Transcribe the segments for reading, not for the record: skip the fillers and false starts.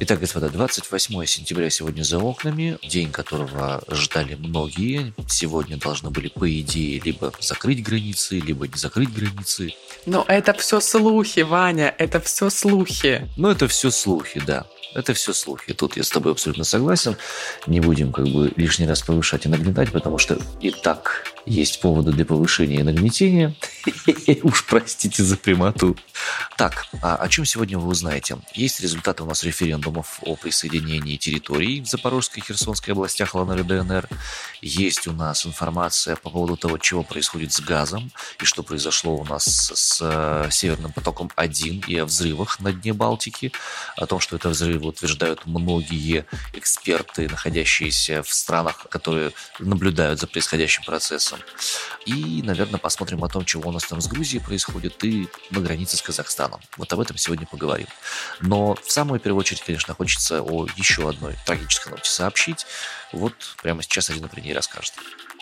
Итак, господа, 28 сентября сегодня за окнами, день которого ждали многие. Сегодня должны были, по идее, либо закрыть границы, либо не закрыть границы. Но это все слухи, Ваня, это все слухи. Но это все слухи, да. Это все слухи. Тут я с тобой абсолютно согласен. Не будем лишний раз повышать и нагнетать, потому что и так есть поводы для повышения и нагнетения. Уж простите за прямоту. Так, а о чем сегодня вы узнаете? Есть результаты у нас референдумов о присоединении территорий в Запорожской и Херсонской областях ЛНР и ДНР. Есть у нас информация по поводу того, чего происходит с газом и что произошло у нас с Северным потоком-1 и о взрывах на дне Балтики. О том, что это взрывы утверждают многие эксперты, находящиеся в странах, которые наблюдают за происходящим процессом. И, наверное, посмотрим о том, чего у нас там с Грузией происходит и на границе с Казахстаном. Вот об этом сегодня поговорим. Но в самую первую очередь, конечно, хочется о еще одной трагической новости сообщить. Вот прямо сейчас один про ней расскажет.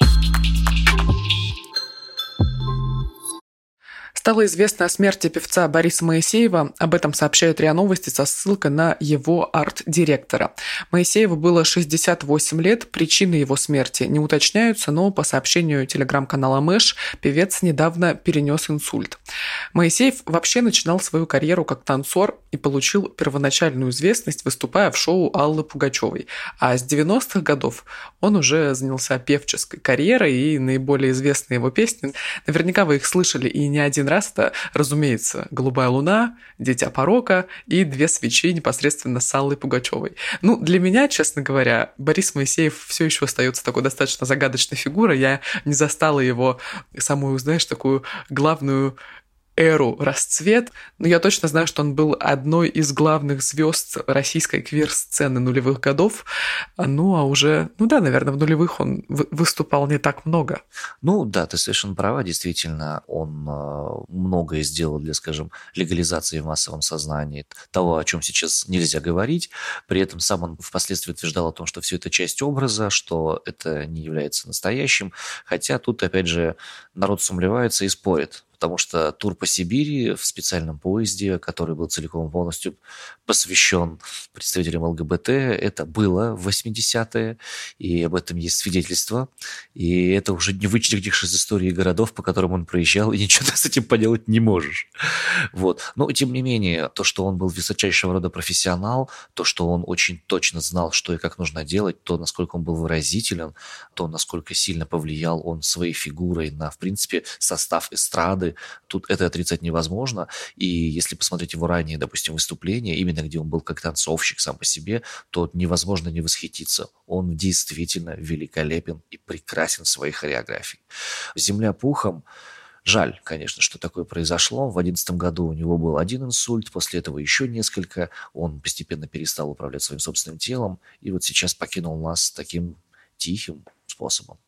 Стало известно о смерти певца Бориса Моисеева. Об этом сообщает РИА Новости со ссылкой на его арт-директора. Моисееву было 68 лет. Причины его смерти не уточняются, но по сообщению телеграм-канала Мэш, певец недавно перенес инсульт. Моисеев вообще начинал свою карьеру как танцор и получил первоначальную известность, выступая в шоу Аллы Пугачевой. А с 90-х годов он уже занялся певческой карьерой, и наиболее известные его песни, наверняка вы их слышали и не один раз, это, разумеется, «Голубая луна», «Дитя порока» и «Две свечи» непосредственно с Аллой Пугачевой. Для меня, честно говоря, Борис Моисеев все еще остается такой достаточно загадочной фигурой. Я не застала его самую, такую главную эру расцвет, но я точно знаю, что он был одной из главных звезд российской квир-сцены нулевых годов. А уже, наверное, в нулевых он выступал не так много. Да, ты совершенно права, действительно, он многое сделал для, скажем, легализации в массовом сознании того, о чем сейчас нельзя говорить. При этом сам он впоследствии утверждал о том, что все это часть образа, что это не является настоящим. Хотя тут, опять же, народ сомневается и спорит. Потому что тур по Сибири в специальном поезде, который был целиком и полностью посвящен представителям ЛГБТ, это было в 80-е, и об этом есть свидетельства. И это уже не вычеркнешь из истории городов, по которым он проезжал, и ничего ты с этим поделать не можешь. Но, тем не менее, то, что он был высочайшего рода профессионал, то, что он очень точно знал, что и как нужно делать, то, насколько он был выразителен, то, насколько сильно повлиял он своей фигурой на, в принципе, состав эстрады, тут это отрицать невозможно. И если посмотреть его ранние, допустим, выступления, именно где он был как танцовщик сам по себе, то невозможно не восхититься. Он действительно великолепен и прекрасен в своей хореографии. «Земля пухом». Жаль, конечно, что такое произошло. В 2011 году у него был один инсульт, после этого еще несколько. Он постепенно перестал управлять своим собственным телом, и вот сейчас покинул нас таким тихим способом.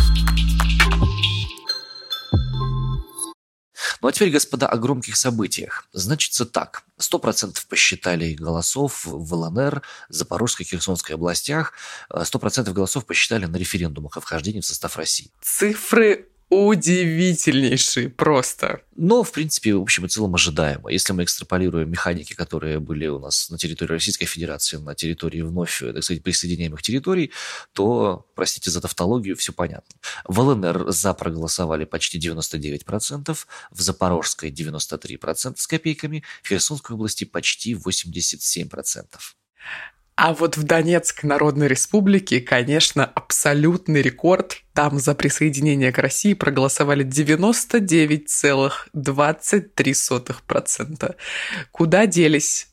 А теперь, господа, о громких событиях. Значится так. 100% посчитали голосов в ЛНР, Запорожской и Херсонской областях. 100% голосов посчитали на референдумах о вхождении в состав России. Цифры удивительнейшие просто. Но, в принципе, в общем и целом ожидаемо. Если мы экстраполируем механики, которые были у нас на территории Российской Федерации, на территории вновь, так сказать, присоединяемых территорий, то, простите за тавтологию, все понятно. В ЛНР за проголосовали почти 99%, в Запорожской 93% с копейками, в Херсонской области почти 87%. А вот в Донецкой Народной Республике, конечно, абсолютный рекорд. Там за присоединение к России проголосовали 99,23%. Куда делись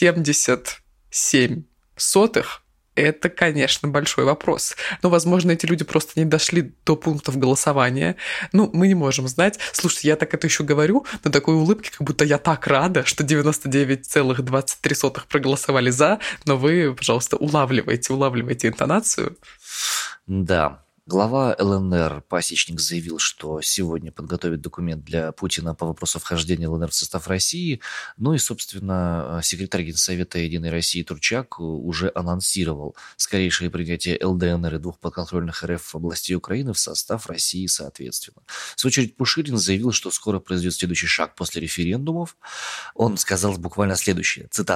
77 сотых? Это, конечно, большой вопрос. Но, возможно, эти люди просто не дошли до пунктов голосования. Мы не можем знать. Слушайте, я так это еще говорю на такой улыбке, как будто я так рада, что 99,23% проголосовали за, но вы, пожалуйста, улавливайте интонацию. Да. Глава ЛНР Пасечник заявил, что сегодня подготовит документ для Путина по вопросу вхождения ЛНР в состав России. И, собственно, секретарь Генсовета «Единой России» Турчак уже анонсировал скорейшее принятие ЛДНР и двух подконтрольных РФ областей Украины в состав России соответственно. В свою очередь Пушилин заявил, что скоро произойдет следующий шаг после референдумов. Он сказал буквально следующее, цитата: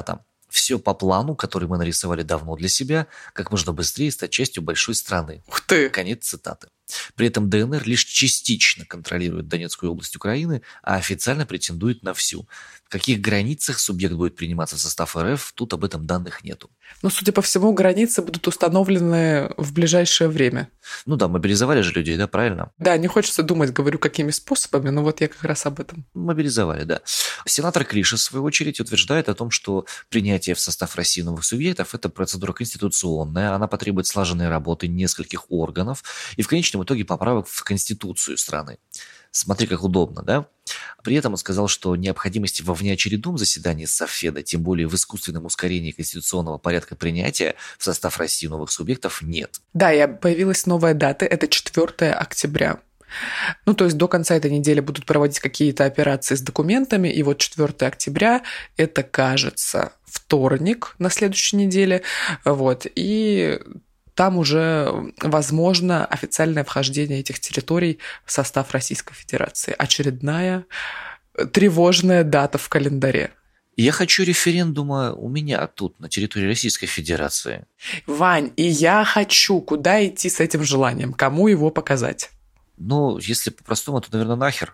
Все по плану, который мы нарисовали давно для себя, как можно быстрее стать частью большой страны. Ух ты! Конец цитаты. При этом ДНР лишь частично контролирует Донецкую область Украины, а официально претендует на всю. В каких границах субъект будет приниматься в состав РФ, тут об этом данных нету. Ну, судя по всему, границы будут установлены в ближайшее время. Ну да, мобилизовали же людей, да, правильно? Да, не хочется думать, говорю, какими способами, но вот я как раз об этом. Мобилизовали, да. Сенатор Клиша, в свою очередь, утверждает о том, что принятие в состав России новых субъектов – это процедура конституционная, она потребует слаженной работы нескольких органов и в конечном итоге поправок в Конституцию страны. Смотри, как удобно, да? При этом он сказал, что необходимости во внеочередном заседании Совфеда, тем более в искусственном ускорении конституционного порядка принятия в состав России новых субъектов нет. Да, появилась новая дата, это 4 октября. Ну, то есть до конца этой недели будут проводить какие-то операции с документами, и вот 4 октября – это, кажется, вторник на следующей неделе, вот, и там уже возможно официальное вхождение этих территорий в состав Российской Федерации. Очередная тревожная дата в календаре. Я хочу референдума у меня тут, на территории Российской Федерации. Вань, и я хочу. Куда идти с этим желанием? Кому его показать? Ну, если по-простому, то, наверное, нахер.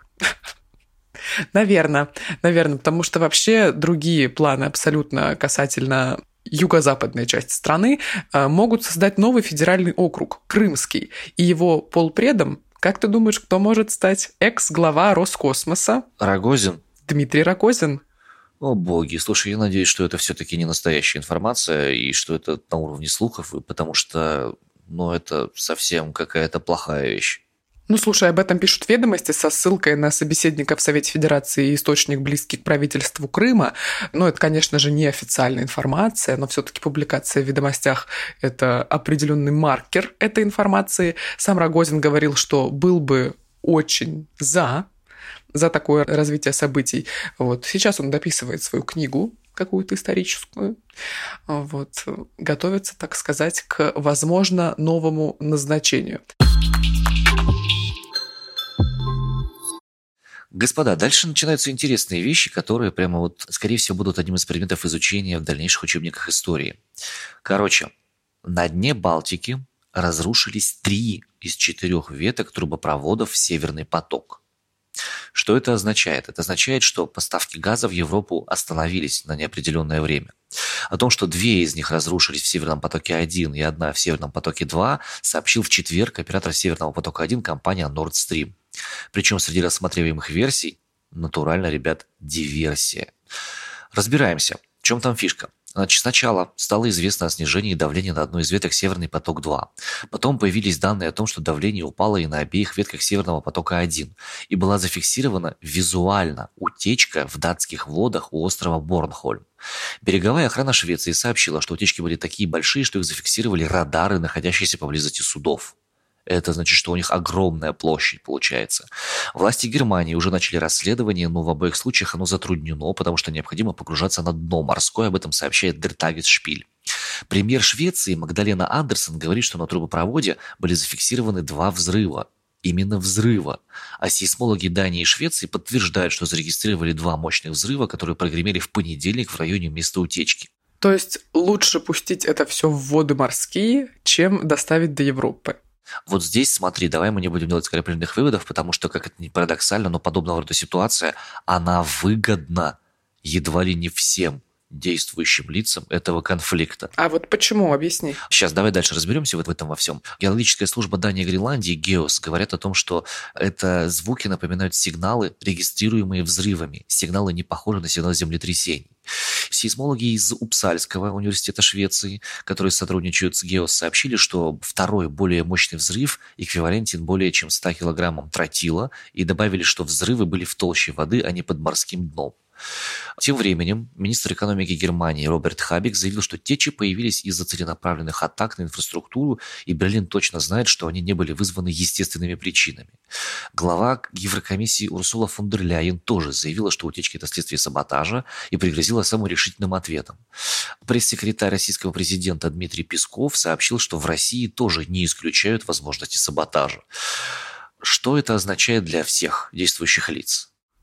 Наверное, потому что вообще другие планы абсолютно касательно юго-западной части страны могут создать новый федеральный округ, Крымский, и его полпредом, как ты думаешь, кто может стать? Экс-глава Роскосмоса? Рогозин? Дмитрий Рогозин. О боги, слушай, я надеюсь, что это все-таки не настоящая информация, и что это на уровне слухов, потому что, ну, это совсем какая-то плохая вещь. Ну, слушай, об этом пишут «Ведомости» со ссылкой на собеседника в Совете Федерации и источник, близкий к правительству Крыма. Ну, это, конечно же, не официальная информация, но все-таки публикация в «Ведомостях» – это определенный маркер этой информации. Сам Рогозин говорил, что был бы очень за такое развитие событий. Вот. Сейчас он дописывает свою книгу, какую-то историческую, вот. Готовится, так сказать, к, возможно, новому назначению. Господа, дальше начинаются интересные вещи, которые прямо вот, скорее всего, будут одним из предметов изучения в дальнейших учебниках истории. Короче, на дне Балтики разрушились 3 из 4 веток трубопроводов в Северный поток. Что это означает? Это означает, что поставки газа в Европу остановились на неопределенное время. О том, что 2 из них разрушились в Северном потоке-1 и 1 в Северном потоке-2, сообщил в четверг оператор Северного потока-1 компания Nord Stream. Причем среди рассматриваемых версий, натурально, ребят, диверсия. Разбираемся, в чем там фишка. Значит, сначала стало известно о снижении давления на одной из веток Северный поток-2. Потом появились данные о том, что давление упало и на обеих ветках Северного потока-1. И была зафиксирована визуально утечка в датских водах у острова Борнхольм. Береговая охрана Швеции сообщила, что утечки были такие большие, что их зафиксировали радары, находящиеся поблизости судов. Это значит, что у них огромная площадь получается. Власти Германии уже начали расследование, но в обоих случаях оно затруднено, потому что необходимо погружаться на дно морское, об этом сообщает Der Tagesspiegel. Премьер Швеции Магдалена Андерсон говорит, что на трубопроводе были зафиксированы 2 взрыва. Именно взрыва. А сейсмологи Дании и Швеции подтверждают, что зарегистрировали 2 мощных взрыва, которые прогремели в понедельник в районе места утечки. То есть лучше пустить это все в воды морские, чем доставить до Европы. Вот здесь, смотри, давай мы не будем делать скоропрямых выводов, потому что, как это ни парадоксально, но подобного рода ситуация, она выгодна едва ли не всем действующим лицам этого конфликта. А вот почему? Объясни. Сейчас давай дальше разберемся в этом во всем. Геологическая служба Дании и Гренландии, ГЕОС, говорят о том, что это звуки напоминают сигналы, регистрируемые взрывами. Сигналы не похожи на сигналы землетрясений. Сейсмологи из Упсальского университета Швеции, которые сотрудничают с ГЕОС, сообщили, что второй, более мощный взрыв эквивалентен более чем 100 килограммам тротила, и добавили, что взрывы были в толще воды, а не под морским дном. Тем временем министр экономики Германии Роберт Хабек заявил, что течи появились из-за целенаправленных атак на инфраструктуру, и Берлин точно знает, что они не были вызваны естественными причинами. Глава Еврокомиссии Урсула фон дер Ляйен тоже заявила, что утечки – это следствие саботажа, и пригрозила самым решительным ответом. Пресс-секретарь российского президента Дмитрий Песков сообщил, что в России тоже не исключают возможности саботажа. Что это означает для всех действующих лиц?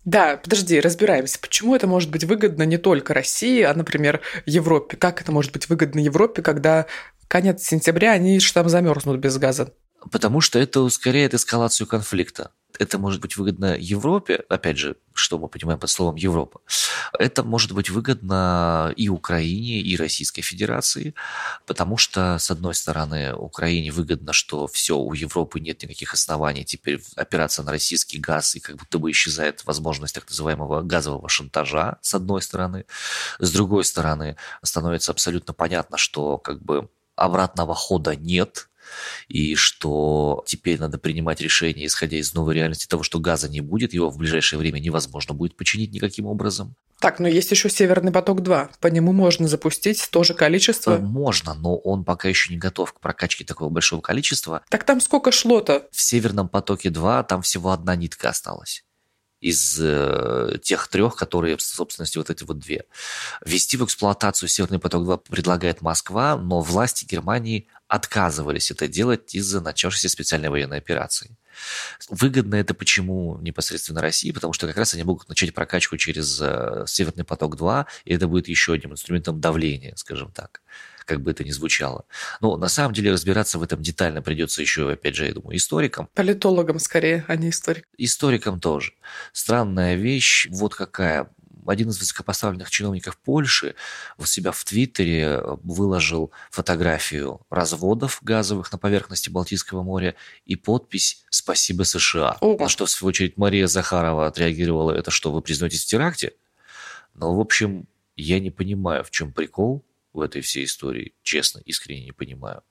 Да, подожди, разбираемся. Почему это может быть выгодно не только России, а, например, Европе? Как это может быть выгодно Европе, когда конец сентября, они же там замерзнут без газа? Потому что это ускоряет эскалацию конфликта. Это может быть выгодно Европе, опять же, что мы понимаем под словом Европа. Это может быть выгодно и Украине, и Российской Федерации, потому что, с одной стороны, Украине выгодно, что все, у Европы нет никаких оснований теперь опираться на российский газ, и как будто бы исчезает возможность так называемого газового шантажа, с одной стороны. С другой стороны, становится абсолютно понятно, что как бы обратного хода нет, и что теперь надо принимать решение, исходя из новой реальности того, что газа не будет, его в ближайшее время невозможно будет починить никаким образом. Так, но есть еще «Северный поток-2». По нему можно запустить то же количество? Можно, но он пока еще не готов к прокачке такого большого количества. Так там сколько шло-то? В «Северном потоке-2» там всего одна нитка осталась из тех 3, которые в собственности вот эти вот 2. Ввести в эксплуатацию «Северный поток-2» предлагает Москва, но власти Германии отказывались это делать из-за начавшейся специальной военной операции. Выгодно это почему непосредственно России? Потому что как раз они могут начать прокачку через «Северный поток-2», и это будет еще одним инструментом давления, скажем так, как бы это ни звучало. Но на самом деле разбираться в этом детально придется еще, опять же, я думаю, историкам. Политологам скорее, а не историкам. Историкам тоже. Странная вещь, вот какая. Один из высокопоставленных чиновников Польши у себя в Твиттере выложил фотографию разводов газовых на поверхности Балтийского моря и подпись «Спасибо США». На что, в свою очередь, Мария Захарова отреагировала: «Это что, вы признаетесь в теракте?» Но, в общем, я не понимаю, в чем прикол в этой всей истории. Честно, искренне не понимаю.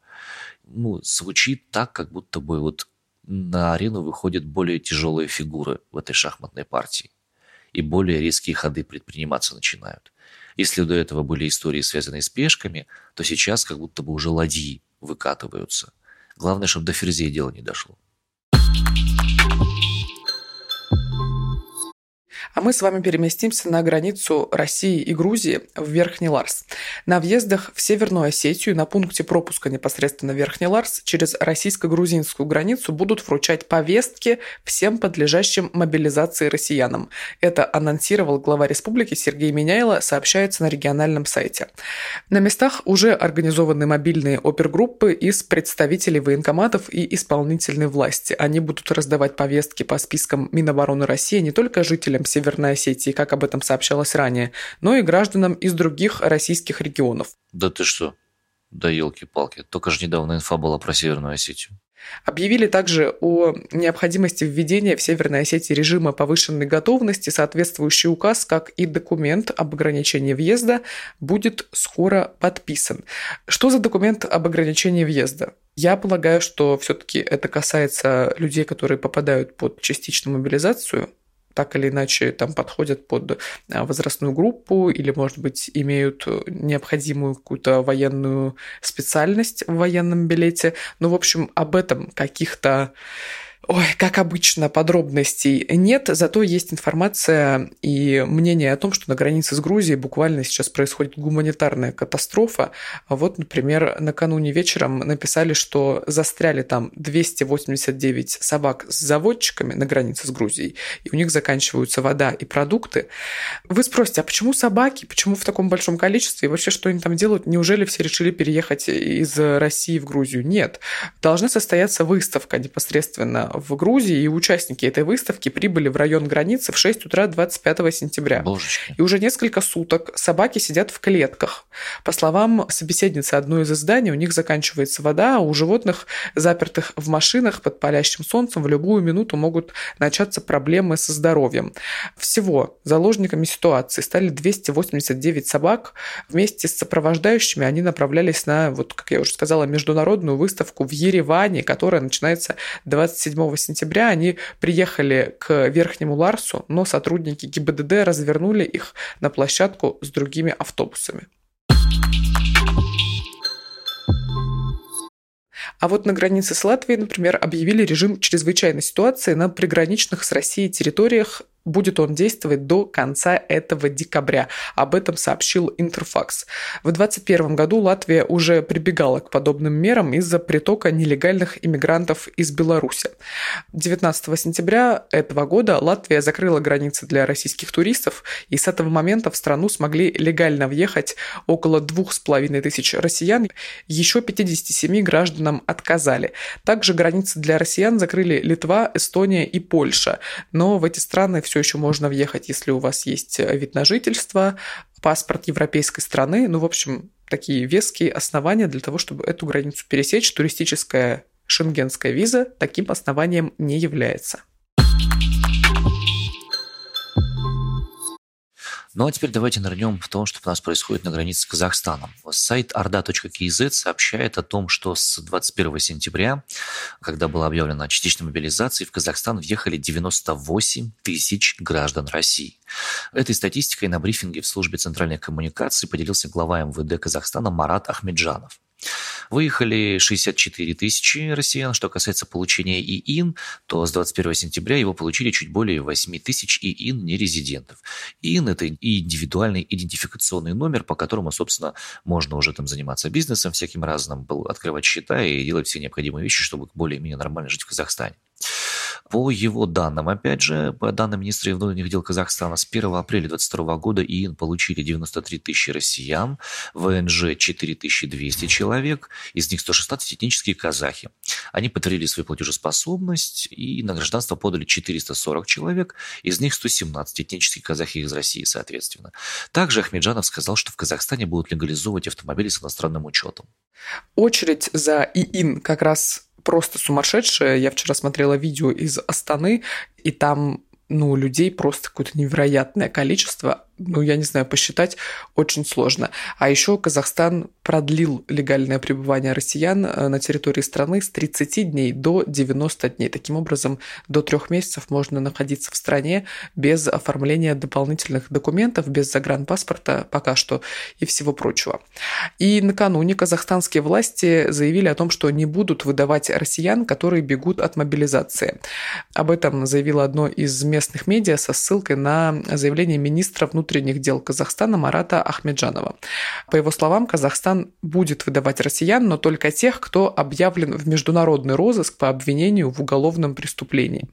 Звучит так, как будто бы вот на арену выходят более тяжелые фигуры в этой шахматной партии. И более резкие ходы предприниматься начинают. Если до этого были истории, связанные с пешками, то сейчас как будто бы уже ладьи выкатываются. Главное, чтобы до ферзей дело не дошло. А мы с вами переместимся на границу России и Грузии в Верхний Ларс. На въездах в Северную Осетию на пункте пропуска непосредственно Верхний Ларс через российско-грузинскую границу будут вручать повестки всем подлежащим мобилизации россиянам. Это анонсировал глава республики Сергей Миняйло, сообщается на региональном сайте. На местах уже организованы мобильные опергруппы из представителей военкоматов и исполнительной власти. Они будут раздавать повестки по спискам Минобороны России не только жителям Северной Осетии, как об этом сообщалось ранее, но и гражданам из других российских регионов. Да ты что? Да елки-палки. Только же недавно инфа была про Северную Осетию. Объявили также о необходимости введения в Северной Осетии режима повышенной готовности. Соответствующий указ, как и документ об ограничении въезда, будет скоро подписан. Что за документ об ограничении въезда? Я полагаю, что все-таки это касается людей, которые попадают под частичную мобилизацию, так или иначе там подходят под возрастную группу или, может быть, имеют необходимую какую-то военную специальность в военном билете. Ну, в общем, об этом каких-то, как обычно, подробностей нет, зато есть информация и мнение о том, что на границе с Грузией буквально сейчас происходит гуманитарная катастрофа. Вот, например, накануне вечером написали, что застряли там 289 собак с заводчиками на границе с Грузией, и у них заканчиваются вода и продукты. Вы спросите, а почему собаки? Почему в таком большом количестве? И вообще, что они там делают? Неужели все решили переехать из России в Грузию? Нет. Должна состояться выставка непосредственно в Грузии, и участники этой выставки прибыли в район границы в 6 утра 25 сентября. Божечки. И уже несколько суток собаки сидят в клетках. По словам собеседницы одной из изданий, у них заканчивается вода, а у животных, запертых в машинах под палящим солнцем, в любую минуту могут начаться проблемы со здоровьем. Всего заложниками ситуации стали 289 собак. Вместе с сопровождающими они направлялись на, как я уже сказала, международную выставку в Ереване, которая начинается 27 сентября. Они приехали к Верхнему Ларсу, но сотрудники ГИБДД развернули их на площадку с другими автобусами. А вот на границе с Латвией, например, объявили режим чрезвычайной ситуации на приграничных с Россией территориях будет он действовать до конца этого декабря. Об этом сообщил Интерфакс. В 2021 году Латвия уже прибегала к подобным мерам из-за притока нелегальных иммигрантов из Беларуси. 19 сентября этого года Латвия закрыла границы для российских туристов, и с этого момента в страну смогли легально въехать около 2500 россиян. Еще 57 гражданам отказали. Также границы для россиян закрыли Литва, Эстония и Польша. Но в эти страны все еще можно въехать, если у вас есть вид на жительство, паспорт европейской страны. В общем, такие веские основания для того, чтобы эту границу пересечь. Туристическая шенгенская виза таким основанием не является. Ну а теперь давайте нырнем в то, что у нас происходит на границе с Казахстаном. Сайт orda.kz сообщает о том, что с 21 сентября, когда была объявлена частичная мобилизация, в Казахстан въехали 98 тысяч граждан России. Этой статистикой на брифинге в службе центральных коммуникаций поделился глава МВД Казахстана Марат Ахмеджанов. Выехали 64 тысячи россиян. Что касается получения ИИН, то с 21 сентября его получили чуть более 8 тысяч ИИН нерезидентов. ИИН – это индивидуальный идентификационный номер, по которому, собственно, можно уже там заниматься бизнесом всяким разным, открывать счета и делать все необходимые вещи, чтобы более-менее нормально жить в Казахстане. По его данным, опять же, по данным министра внутренних дел Казахстана, с 1 апреля 2022 года ИИН получили 93 тысячи россиян, ВНЖ 4200 человек, из них 116 этнические казахи. Они подтвердили свою платежеспособность и на гражданство подали 440 человек, из них 117 этнические казахи из России, соответственно. Также Ахмеджанов сказал, что в Казахстане будут легализовывать автомобили с иностранным учетом. Очередь за ИИН как раз просто сумасшедшая. Я вчера смотрела видео из Астаны, и там, людей просто какое-то невероятное количество. Я не знаю, посчитать очень сложно. А еще Казахстан продлил легальное пребывание россиян на территории страны с 30 дней до 90 дней. Таким образом, до 3 месяцев можно находиться в стране без оформления дополнительных документов, без загранпаспорта пока что и всего прочего. И накануне казахстанские власти заявили о том, что не будут выдавать россиян, которые бегут от мобилизации. Об этом заявило одно из местных медиа со ссылкой на заявление министра внутренних дел Казахстана Марата Ахмеджанова. По его словам, Казахстан будет выдавать россиян, но только тех, кто объявлен в международный розыск по обвинению в уголовном преступлении.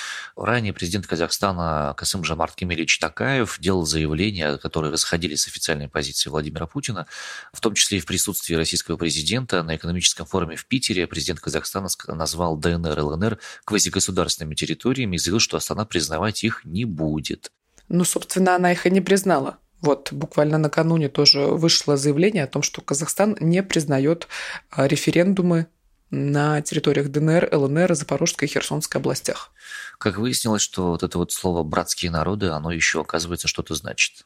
Ранее президент Казахстана Касым-Жомарт Кемелевич Токаев делал заявления, которые расходились с официальной позицией Владимира Путина, в том числе и в присутствии российского президента. На экономическом форуме в Питере президент Казахстана назвал ДНР и ЛНР квазигосударственными территориями и заявил, что Астана признавать их не будет. Собственно, она их и не признала. Буквально накануне тоже вышло заявление о том, что Казахстан не признает референдумы на территориях ДНР, ЛНР, Запорожской и Херсонской областях. Как выяснилось, что это слово «братские народы», оно еще, оказывается, что-то значит.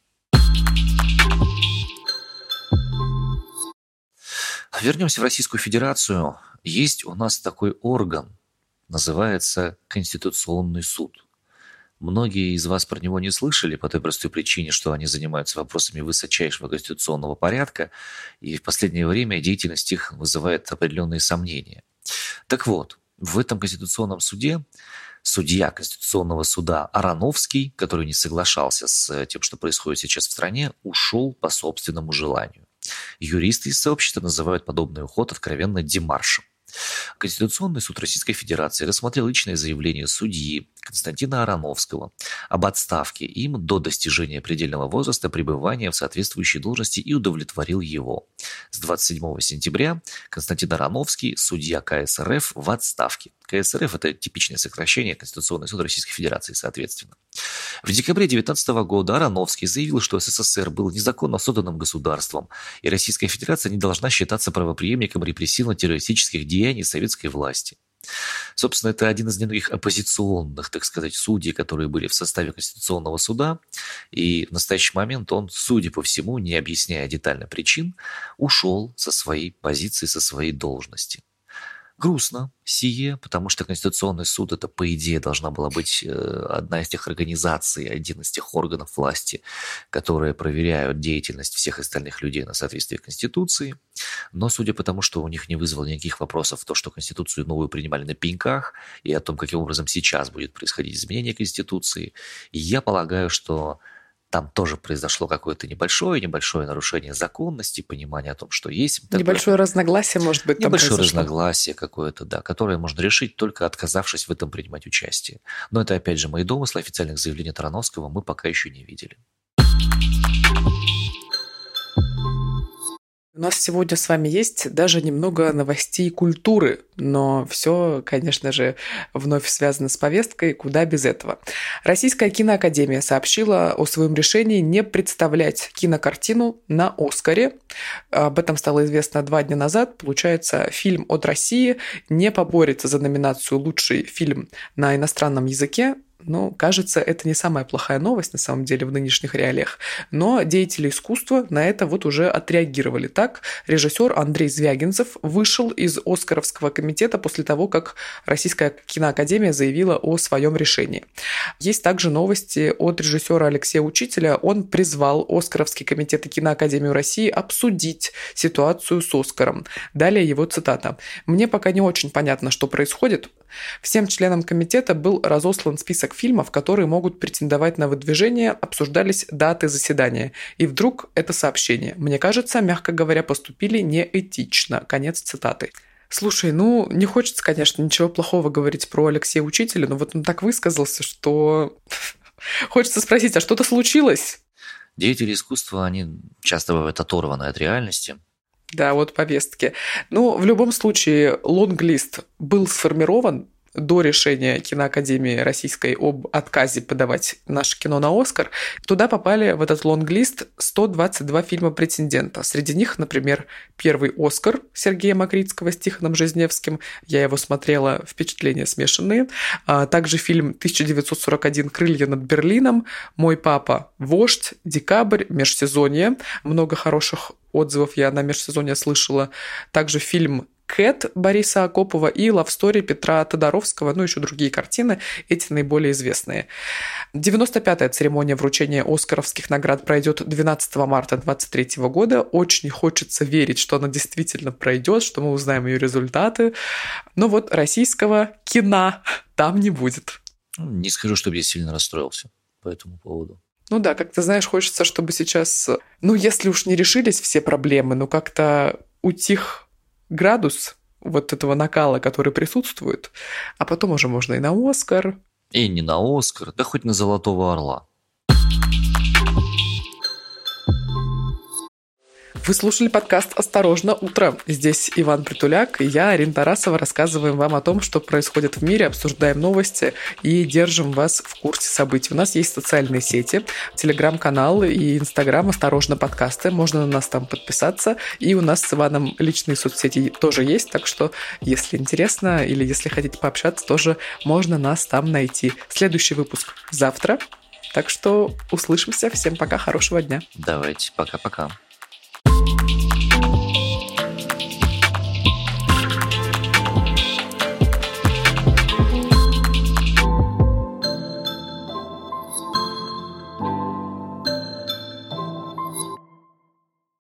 Вернемся в Российскую Федерацию. Есть у нас такой орган, называется Конституционный суд. Многие из вас про него не слышали по той простой причине, что они занимаются вопросами высочайшего конституционного порядка, и в последнее время деятельность их вызывает определенные сомнения. Так вот, в этом Конституционном суде судья Конституционного суда Ароновский, который не соглашался с тем, что происходит сейчас в стране, ушел по собственному желанию. Юристы из сообщества называют подобный уход откровенно демаршем. Конституционный суд Российской Федерации рассмотрел личное заявление судьи Константина Ароновского об отставке им до достижения предельного возраста пребывания в соответствующей должности и удовлетворил его. С 27 сентября Константин Ароновский, судья КСРФ, в отставке. КСРФ – это типичное сокращение Конституционный суд Российской Федерации, соответственно. В декабре 2019 года Ароновский заявил, что СССР был незаконно созданным государством, и Российская Федерация не должна считаться правопреемником репрессивно-террористических деяний советской власти. Собственно, это один из немногих оппозиционных, так сказать, судей, которые были в составе Конституционного суда, и в настоящий момент он, судя по всему, не объясняя детально причин, ушел со своей позиции, со своей должности. Грустно сие, потому что Конституционный суд – это, по идее, должна была быть одна из тех организаций, один из тех органов власти, которые проверяют деятельность всех остальных людей на соответствие Конституции. Но судя по тому, что у них не вызвало никаких вопросов то, что Конституцию новую принимали на пеньках, и о том, каким образом сейчас будет происходить изменение Конституции, я полагаю, что там тоже произошло какое-то небольшое нарушение законности, понимание о том, что есть... Небольшое разногласие, может быть, там небольшое произошло. разногласие какое-то, да, которое можно решить, только отказавшись в этом принимать участие. Но это, опять же, мои домыслы, официальных заявлений Тарановского мы пока еще не видели. У нас сегодня с вами есть даже немного новостей культуры, но все, конечно же, вновь связано с повесткой, куда без этого. Российская киноакадемия сообщила о своем решении не представлять кинокартину на «Оскаре». Об этом стало известно 2 дня назад. Получается, фильм от России не поборется за номинацию «Лучший фильм на иностранном языке». Ну, кажется, это не самая плохая новость, на самом деле, в нынешних реалиях. Но деятели искусства на это вот уже отреагировали. Так, режиссер Андрей Звягинцев вышел из Оскаровского комитета после того, как Российская киноакадемия заявила о своем решении. Есть также новости от режиссера Алексея Учителя. Он призвал Оскаровский комитет и Киноакадемию России обсудить ситуацию с Оскаром. Далее его цитата. «Мне пока не очень понятно, что происходит. Всем членам комитета был разослан список фильмов, которые могут претендовать на выдвижение, обсуждались даты заседания. И вдруг это сообщение. Мне кажется, мягко говоря, поступили неэтично». Конец цитаты. Слушай, ну, не хочется, конечно, ничего плохого говорить про Алексея Учителя, но вот он так высказался, что хочется спросить, а что-то случилось? Деятели искусства, они часто бывают оторваны от реальности. Да, вот повестки. Ну, в любом случае, лонглист был сформирован до решения Киноакадемии Российской об отказе подавать наше кино на «Оскар». Туда попали в этот лонглист 122 фильма-претендента. Среди них, например, первый «Оскар» Сергея Макритского с Тихоном Жизневским. Я его смотрела, впечатления смешанные. Также фильм 1941 «Крылья над Берлином», «Мой папа», «Вождь», «Декабрь», «Межсезонье». Много хороших отзывов я на межсезонье слышала. Также фильм «Кэт» Бориса Акопова и «Love Story» Петра Тодоровского, ну, еще другие картины, эти наиболее известные. 95-я церемония вручения оскаровских наград пройдет 12 марта 2023 года. Очень хочется верить, что она действительно пройдет, что мы узнаем ее результаты. Но вот российского кино там не будет. Не скажу, чтобы я сильно расстроился по этому поводу. Ну да, как ты знаешь, хочется, чтобы сейчас, ну, если уж не решились все проблемы, ну, как-то утих градус вот этого накала, который присутствует, а потом уже можно и на «Оскар». И не на «Оскар», да хоть на «Золотого орла». Вы слушали подкаст «Осторожно, утро». Здесь Иван Притуляк и я, Арина Тарасова, рассказываем вам о том, что происходит в мире, обсуждаем новости и держим вас в курсе событий. У нас есть социальные сети, телеграм-канал и инстаграм «Осторожно, подкасты». Можно на нас там подписаться. И у нас с Иваном личные соцсети тоже есть, так что, если интересно или если хотите пообщаться, тоже можно нас там найти. Следующий выпуск завтра. Так что услышимся. Всем пока, хорошего дня. Давайте, пока-пока.